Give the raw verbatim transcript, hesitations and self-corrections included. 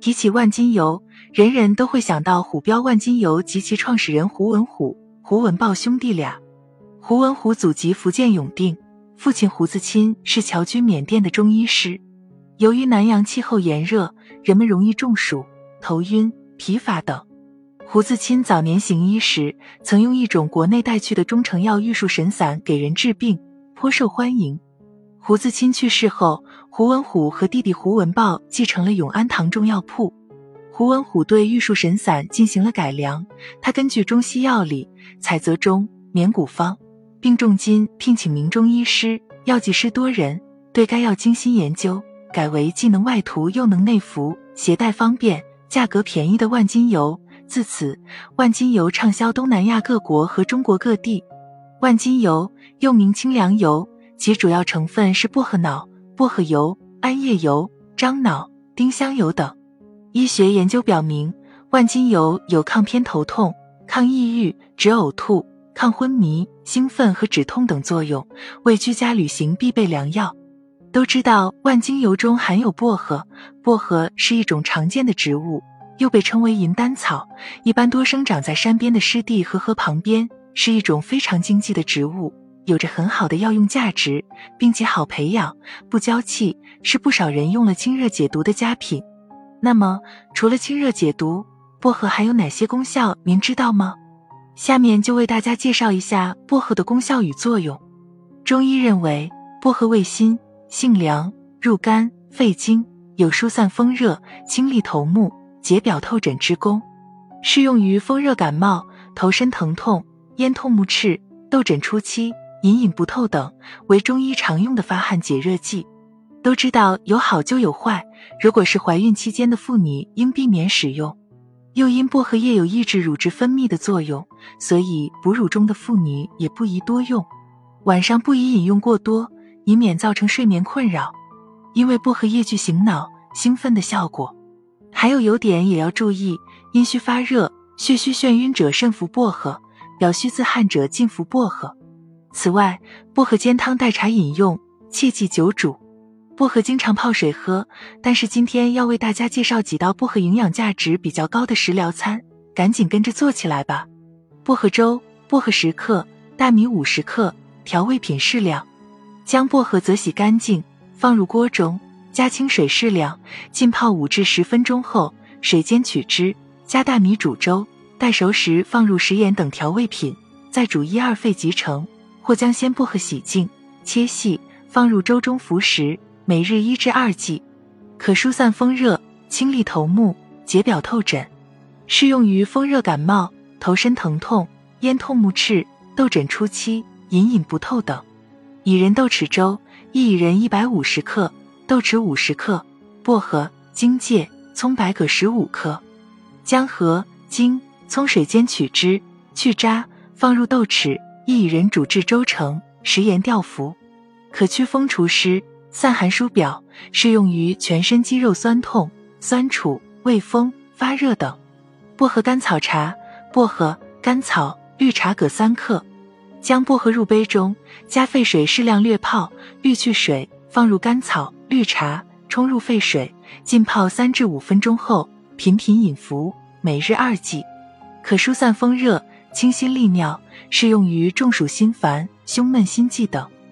提起万金油，人人都会想到虎标万金油及其创始人胡文虎、胡文豹兄弟俩。胡文虎祖籍福建永定，父亲胡自钦是侨居缅甸的中医师。由于南洋气候炎热，人们容易中暑、头晕、疲乏等。胡自钦早年行医时，曾用一种国内带去的中成药玉树神散给人治病，颇受欢迎。胡自钦去世后，胡文虎和弟弟胡文豹继承了永安堂中药铺。胡文虎对玉树神散进行了改良，他根据中西药理、采择中、绵古方，并重金聘请名中医师、药剂师多人，对该药精心研究，改为既能外涂又能内服，携带方便、价格便宜的万金油。自此，万金油畅销东南亚各国和中国各地。万金油又名清凉油，其主要成分是薄荷脑、薄荷油、桉叶油、樟脑、丁香油等。医学研究表明，万金油有抗偏头痛、抗抑郁、止呕吐、抗昏迷、兴奋和止痛等作用，为居家旅行必备良药。都知道万金油中含有薄荷，薄荷是一种常见的植物，又被称为银丹草，一般多生长在山边的湿地和河旁边，是一种非常经济的植物，有着很好的药用价值，并且好培养，不娇气，是不少人用了清热解毒的佳品。那么，除了清热解毒，薄荷还有哪些功效您知道吗？下面就为大家介绍一下薄荷的功效与作用。中医认为，薄荷味辛，性凉，入肝、肺经，有疏散风热、清利头目、解表透疹之功，适用于风热感冒、头身疼痛、咽痛目赤、痘疹初期、隐隐不透等，为中医常用的发汗解热剂。都知道有好就有坏，如果是怀孕期间的妇女应避免使用。又因薄荷叶有抑制乳汁分泌的作用，所以哺乳中的妇女也不宜多用。晚上不宜饮用过多，以免造成睡眠困扰，因为薄荷叶具醒脑、兴奋的效果。还有有点也要注意，阴虚发热、血虚眩晕者慎服薄荷，表虚自汗者禁服薄荷。此外，薄荷煎汤代茶饮用，切忌久煮。薄荷经常泡水喝，但是今天要为大家介绍几道薄荷营养价值比较高的食疗餐，赶紧跟着做起来吧。薄荷粥，薄荷十克，大米五十克，调味品适量。将薄荷择洗干净，放入锅中，加清水适量，浸泡五至十分钟后，水煎取汁，加大米煮粥，待熟时放入食盐等调味品，再煮一二沸即成。或将鲜薄荷洗净，切细，放入粥中服食，每日一至二剂，可疏散风热，清利头目，解表透疹，适用于风热感冒、头身疼痛、咽痛目赤、痘疹初期、隐隐不透等。薏仁豆豉粥，一薏仁一百五十克，豆豉五十克，薄荷、荆芥、葱白葛十五克，姜和荆、葱水煎取汁，去渣，放入豆豉、一薏仁煮至粥成，食盐调服，可祛风除湿、散寒疏表，适用于全身肌肉酸痛、酸楚、胃风、发热等。薄荷甘草茶，薄荷、甘草、绿茶各三克，将薄荷入杯中，加沸水适量略泡，滤去水，放入甘草、绿茶，冲入沸水，浸泡三至五分钟后，频频饮服，每日二剂，可疏散风热、清心利尿，适用于中暑心烦、胸闷心悸等。